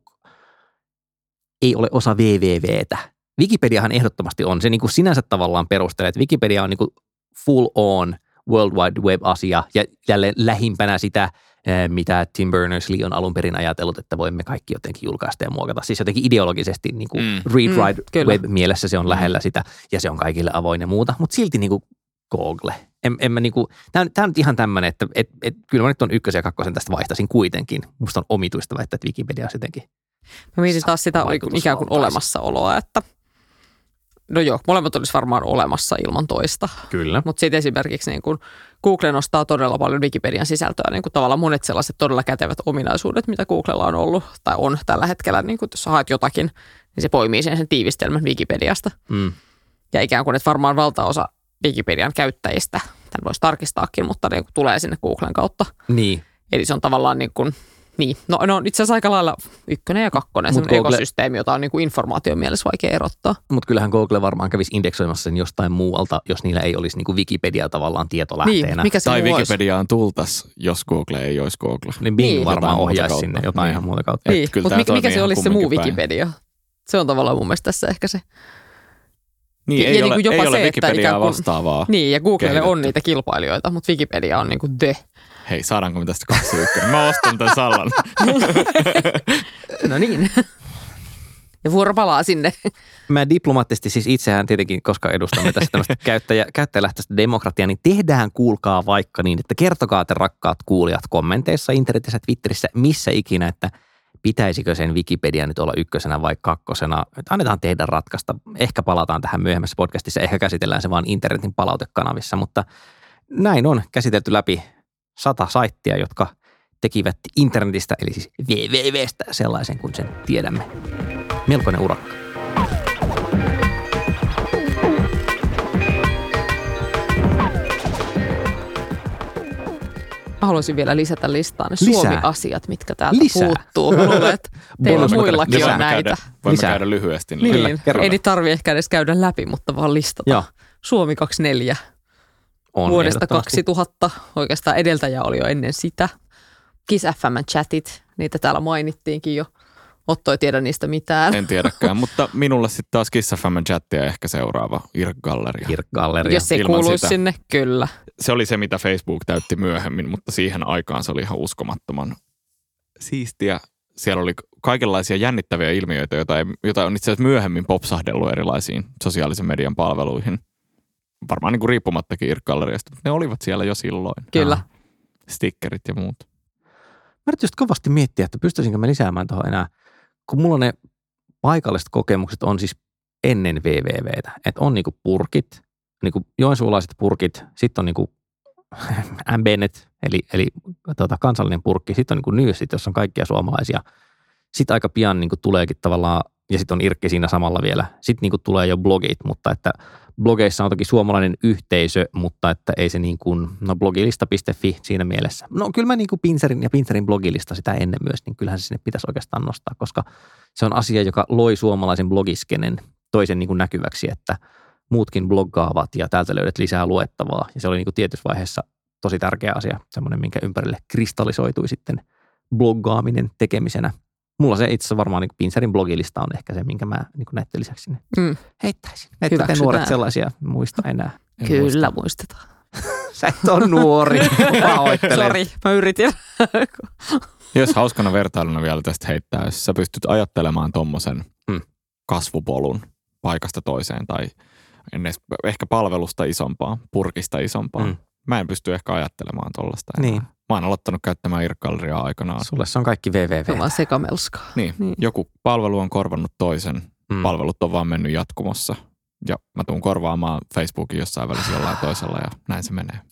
ei ole osa wwwtä. Wikipediahan ehdottomasti on. Se niin kuin sinänsä tavallaan perustelee, että Wikipedia on niin kuin full on World Wide Web-asia ja jälleen lähimpänä sitä, mitä Tim Berners-Lee on alun perin ajatellut, että voimme kaikki jotenkin julkaista ja muokata. Siis jotenkin ideologisesti niin kuin mm. read, write, mm, web mielessä se on lähellä sitä ja se on kaikille avoin ja muuta, mutta silti niin kuin Google. En, en mä niin kuin, tämä, on, tämä on nyt ihan tämmöinen, että et, et, kyllä mä nyt on ykkösen ja kakkosen tästä vaihtaisin kuitenkin. Musta on omituista väittää, että Wikipedia on jotenkin. Mä mietin taas sitä ikään kuin olemassaoloa, että no joo, molemmat olisi varmaan olemassa ilman toista. Kyllä. Mutta sitten esimerkiksi niin kun Google nostaa todella paljon Wikipedian sisältöä, niin kuin tavallaan monet sellaiset todella kätevät ominaisuudet, mitä Googlella on ollut tai on tällä hetkellä, niin kun jos haet jotakin, niin se poimii sen, sen tiivistelmän Wikipediasta. Mm. Ja ikään kuin, että varmaan valtaosa Wikipedian käyttäjistä, tämän voisi tarkistaakin, mutta niin tulee sinne Googlen kautta. Niin. Eli se on tavallaan niin kuin, niin, no, no itse asiassa aika lailla ykkönen ja kakkonen, semmoinen Google ekosysteemi, jota on niin kuin informaation mielessä vaikea erottaa. Mutta kyllähän Google varmaan kävisi indeksoimassa sen jostain muualta, jos niillä ei olisi niin kuin Wikipedia tavallaan tietolähteenä. Niin, mikä se tai Wikipediaan tultaisi, jos Google ei olisi Google. Niin Bing niin. varmaan ohjaisi sinne jotain niin. ihan muuta kautta. Niin, mutta mikä, mikä se olisi se muu Wikipedia? Päin. Se on tavallaan mun mielestä tässä ehkä se. Niin, ja, ei, ja ole, niin jopa ei se, ole Wikipediaa kuin, vastaavaa. Niin, ja Googlelle on niitä kilpailijoita, mutta Wikipedia on niin kuin the. Hei, saadaanko me tästä kaksi ykkönen? Mä ostan tämän sallan. No niin. Ja vuoro palaa sinne. Mä diplomaattisesti siis itsehän tietenkin, koska edustamme tässä tämmöistä käyttäjä, käyttäjälähtöistä demokratiaa, niin tehdään kuulkaa vaikka niin, että kertokaa te rakkaat kuulijat kommenteissa, internetissä, Twitterissä, missä ikinä, että pitäisikö sen Wikipedia nyt olla ykkösenä vai kakkosena. Että annetaan tehdä ratkaista. Ehkä palataan tähän myöhemmässä podcastissa, ehkä käsitellään se vaan internetin palautekanavissa, mutta näin on käsitelty läpi sata saittia, jotka tekivät internetistä, eli siis wwwstä sellaisen kuin sen tiedämme. Melkoinen urakka. Mä haluaisin vielä lisätä listaan ne Lisää. Suomi-asiat, mitkä täältä Lisää. puuttuu. Mä luulen, että teillä muillakin Lisää. on näitä. Käydä, voimme Lisää. käydä lyhyesti. Niin, Kyllä, ei niitä tarvitse ehkä edes käydä läpi, mutta vaan listata. Joo. Suomi kaksikymmentäneljä. On vuodesta kaksituhatta. Oikeastaan edeltäjä oli jo ennen sitä. Kiss F M chatit, niitä täällä mainittiinkin jo Otto ei tiedä niistä mitään. En tiedäkään, mutta minulle sitten taas Kiss F M:n chattia ehkä seuraava I R C-galleria. I R C-galleria. Jos se ei kuuluisi sinne, kyllä. Se oli se, mitä Facebook täytti myöhemmin, mutta siihen aikaan se oli ihan uskomattoman siistiä. Siellä oli kaikenlaisia jännittäviä ilmiöitä, joita, ei, joita on itse asiassa myöhemmin popsahdellut erilaisiin sosiaalisen median palveluihin. Varmaan niin kuin riippumattakin I R C-galleriasta, mutta ne olivat siellä jo silloin. Kyllä. Ja stickerit ja muut. Mä yritin just kovasti miettiä, että pystyisinkö mä lisäämään tuohon enää, kun mulla ne paikalliset kokemukset on siis ennen W W V:tä. Että on niinku purkit, niinku joensuulaiset purkit, sitten on niinku M B N et, eli, eli tota, kansallinen purkki, sitten on niinku newsit, jossa on kaikkia suomalaisia. Sitten aika pian niinku tuleekin tavallaan, ja sitten on I R C siinä samalla vielä. Sitten niinku tulee jo blogit, mutta että blogeissa on toki suomalainen yhteisö, mutta että ei se niin kuin, no blogilista piste fi siinä mielessä. No kyllä mä niin kuin Pinterin ja Pinterin blogilista sitä ennen myös, niin kyllähän se sinne pitäisi oikeastaan nostaa, koska se on asia, joka loi suomalaisen blogiskenen toisen niin kuin näkyväksi, että muutkin bloggaavat ja täältä löydät lisää luettavaa. Ja se oli niin kuin tietyssä vaiheessa tosi tärkeä asia, semmoinen, minkä ympärille kristallisoitui sitten bloggaaminen tekemisenä. Mulla se itse asiassa varmaan niin Pinterin blogilista on ehkä se, minkä mä niin näiden lisäksi sinne mm. heittäisin. Että te nuoret sellaisia muista enää. En Kyllä muista. Muistetaan. Sä et ole nuori. Sori, mä yritin. Jos hauskana vertailuna vielä tästä heittää, jos sä pystyt ajattelemaan tommosen mm. kasvupolun paikasta toiseen tai ennen ehkä palvelusta isompaa, purkista isompaa. Mm. Mä en pysty ehkä ajattelemaan tollaista enää. Niin. Mä oon aloittanut käyttämään I R C-galleriaa aikanaan. Sulle se on kaikki www. Se on vaan sekamelskaa. Niin. niin. Joku palvelu on korvannut toisen. Mm. Palvelut on vaan mennyt jatkumossa. Ja mä tuun korvaamaan Facebookin jossain välissä jollain toisella ja näin se menee.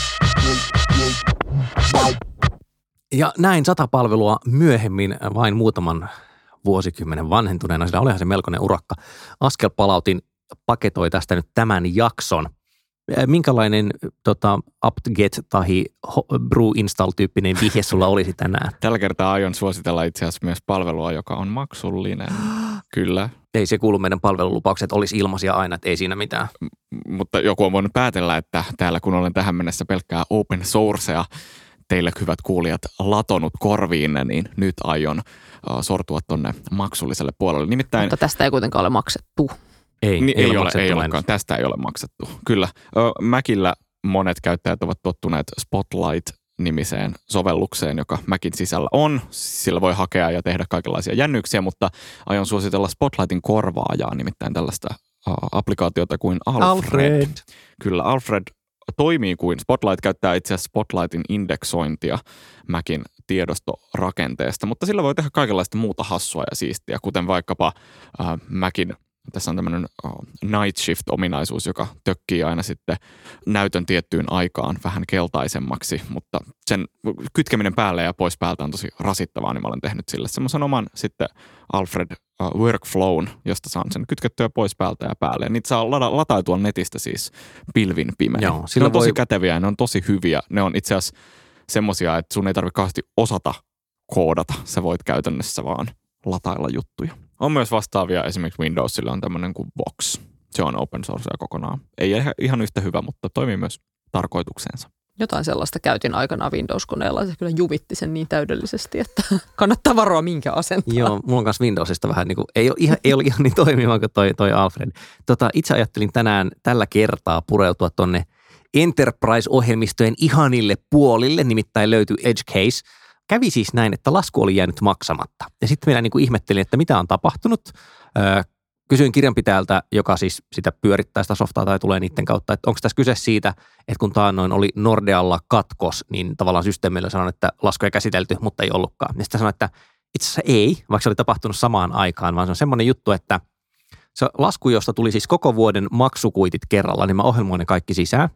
Ja näin sata palvelua myöhemmin vain muutaman vuosikymmenen vanhentuneena. Sillä olihan se melkoinen urakka. Askel palautin paketoi tästä nyt tämän jakson. Minkälainen tota, apt-get tai brew install-tyyppinen vihje sulla olisi tänään? Tällä kertaa aion suositella itse asiassa myös palvelua, joka on maksullinen. Kyllä. Ei se kuulu meidän palvelulupaukset, olisi ilmaisia aina, että ei siinä mitään. M- mutta joku on voinut päätellä, että täällä kun olen tähän mennessä pelkkää open sourcea teille hyvät kuulijat latonut korviinne, niin nyt aion uh, sortua tonne maksulliselle puolelle. Nimittäin, mutta tästä ei kuitenkaan ole maksettu. Ei, niin, ei, ei, ole, ei olekaan. Tästä ei ole maksettu. Kyllä. Macillä monet käyttäjät ovat tottuneet Spotlight-nimiseen sovellukseen, joka Macin sisällä on. Sillä voi hakea ja tehdä kaikenlaisia jännyksiä, mutta aion suositella Spotlightin korvaajaa, nimittäin tällaista uh, applikaatiota kuin Alfred. Alfred. Kyllä, Alfred toimii kuin Spotlight, käyttää itse asiassa Spotlightin indeksointia Macin tiedostorakenteesta, mutta sillä voi tehdä kaikenlaista muuta hassua ja siistiä, kuten vaikkapa uh, Macin tässä on tämmöinen night shift-ominaisuus, joka tökkii aina sitten näytön tiettyyn aikaan vähän keltaisemmaksi, mutta sen kytkeminen päälle ja pois päältä on tosi rasittavaa, niin mä olen tehnyt sille semmoisen oman sitten Alfred uh, workflown, josta saan sen kytkettyä pois päältä ja päälle. Ja niitä saa lata- lataitua netistä siis pilvin pimein. Joo, ne on tosi voi... käteviä ja ne on tosi hyviä. Ne on itse asiassa semmoisia, että sun ei tarvitse kauheasti osata koodata. Sä voit käytännössä vaan latailla juttuja. On myös vastaavia, esimerkiksi Windowsilla on tämmöinen kuin Vox. Se on open sourcea kokonaan. Ei ihan yhtä hyvä, mutta toimii myös tarkoitukseensa. Jotain sellaista käytin aikanaan Windows-koneella. Se kyllä jumitti sen niin täydellisesti, että kannattaa varoa minkä asentaa. Joo, mulla on kanssa Windowsista vähän niin kuin, ei ole ihan, ei ole ihan niin toimiva kuin toi, toi Alfred. Tota, itse ajattelin tänään tällä kertaa pureutua tonne Enterprise-ohjelmistojen ihanille puolille, nimittäin löytyy Edge Case. Kävi siis näin, että lasku oli jäänyt maksamatta. Ja sitten minä niin kuin ihmettelin, että mitä on tapahtunut. Öö, kysyin kirjanpitäjältä, joka siis sitä pyörittää sitä softaa tai tulee niiden kautta, että onko tässä kyse siitä, että kun taannoin oli Nordealla katkos, niin tavallaan systeemillä sanon, että lasku ei käsitelty, mutta ei ollutkaan. Ja sitten sanoin, että itse asiassa ei, vaikka se oli tapahtunut samaan aikaan, vaan se on semmoinen juttu, että se lasku, josta tuli siis koko vuoden maksukuitit kerralla, niin mä ohjelmoin ne kaikki sisään.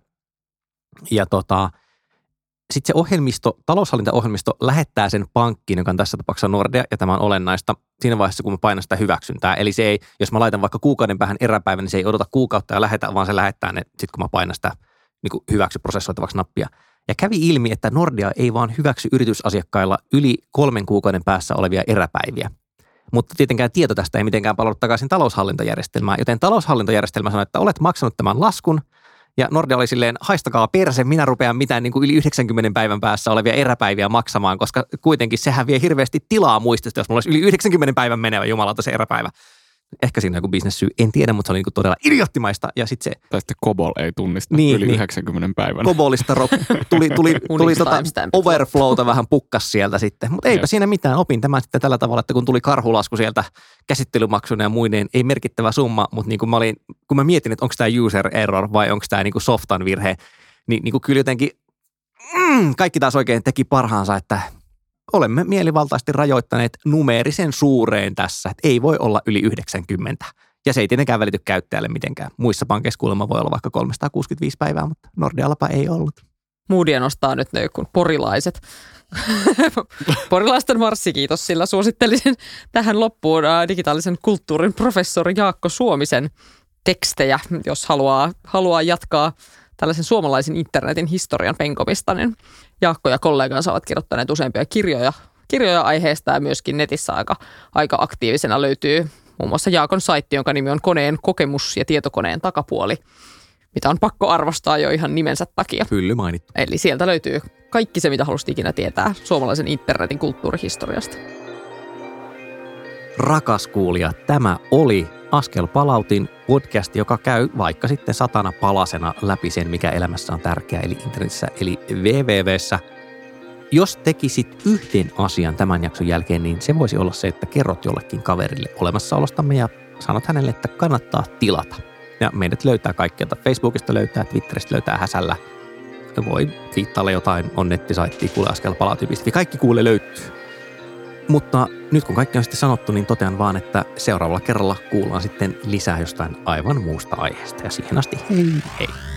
Ja tota... Sitten se ohjelmisto, taloushallintaohjelmisto lähettää sen pankkiin, joka on tässä tapauksessa Nordea, ja tämä on olennaista siinä vaiheessa, kun mä painan sitä hyväksyntää. Eli se ei, jos mä laitan vaikka kuukauden päähän eräpäivän, niin se ei odota kuukautta ja lähetä, vaan se lähettää ne sitten, kun mä painan sitä niin kuin hyväksy prosessoitavaksi nappia. Ja kävi ilmi, että Nordea ei vaan hyväksy yritysasiakkailla yli kolmen kuukauden päässä olevia eräpäiviä. Mutta tietenkään tieto tästä ei mitenkään palaudu takaisin taloushallintojärjestelmään, joten taloushallintojärjestelmä sanoi, että olet maksanut tämän laskun, Ja Nordea oli silleen, haistakaa perse, minä rupean mitään niin kuin yli yhdeksänkymmentä päivän päässä olevia eräpäiviä maksamaan, koska kuitenkin sehän vie hirveästi tilaa muistista, jos mulla olisi yli yhdeksänkymmentä päivän menevä jumalauta se eräpäivä. Ehkä siinä on joku bisnessyy, en tiedä, mutta se oli niin kuin todella idioottimaista. Ja sit se, tai sitten Cobol ei tunnista niin, yli niin, yhdeksänkymmentä päivän. Cobolista ro- tuli, tuli, tuli tota overflowta vähän pukkas sieltä sitten, mutta eipä siinä mitään. Opin tämän sitten tällä tavalla, että kun tuli karhulasku sieltä käsittelymaksuna ja muineen, ei merkittävä summa, mutta niin kuin mä olin, kun mä mietin, että onko tämä user error vai onko tämä niin kuin softan virhe, niin, niin kuin kyllä jotenkin mm, kaikki taas oikein teki parhaansa, että olemme mielivaltaisesti rajoittaneet numeerisen suureen tässä, että ei voi olla yli yhdeksänkymmentä. Ja se ei tietenkään välity käyttäjälle mitenkään. Muissa pankeissa kuulemma voi olla vaikka kolmesataakuusikymmentäviisi päivää, mutta Nordeallapa ei ollut. Moodia nostaa nyt ne kun porilaiset. Porilaisten marssi, kiitos. Sillä suosittelisin tähän loppuun digitaalisen kulttuurin professori Jaakko Suomisen tekstejä, jos haluaa, haluaa jatkaa tällaisen suomalaisen internetin historian penkomista, niin Jaakko ja kollegansa ovat kirjoittaneet useampia kirjoja, kirjoja aiheesta ja myöskin netissä aika, aika aktiivisena löytyy muun muassa Jaakon saitti, jonka nimi on Koneen kokemus ja tietokoneen takapuoli, mitä on pakko arvostaa jo ihan nimensä takia. Kyllä mainittu. Eli sieltä löytyy kaikki se, mitä halusit ikinä tietää suomalaisen internetin kulttuurihistoriasta. Rakas kuulija, tämä oli Askel palautin podcast, joka käy vaikka sitten satana palasena läpi sen, mikä elämässä on tärkeää, eli internetissä, eli double-u double-u double-u:ssa. Jos tekisit yhden asian tämän jakson jälkeen, niin se voisi olla se, että kerrot jollekin kaverille olemassaolostamme ja sanot hänelle, että kannattaa tilata. Ja meidät löytää kaikkialta. Facebookista löytää, Twitteristä löytää häsällä. Voi twiittailla jotain, on nettisaitti, kuule askelpalautin piste fi. Kaikki kuule löytyy. Mutta nyt kun kaikki on sitten sanottu, niin totean vaan, että seuraavalla kerralla kuullaan sitten lisää jostain aivan muusta aiheesta. Ja siihen asti hei hei!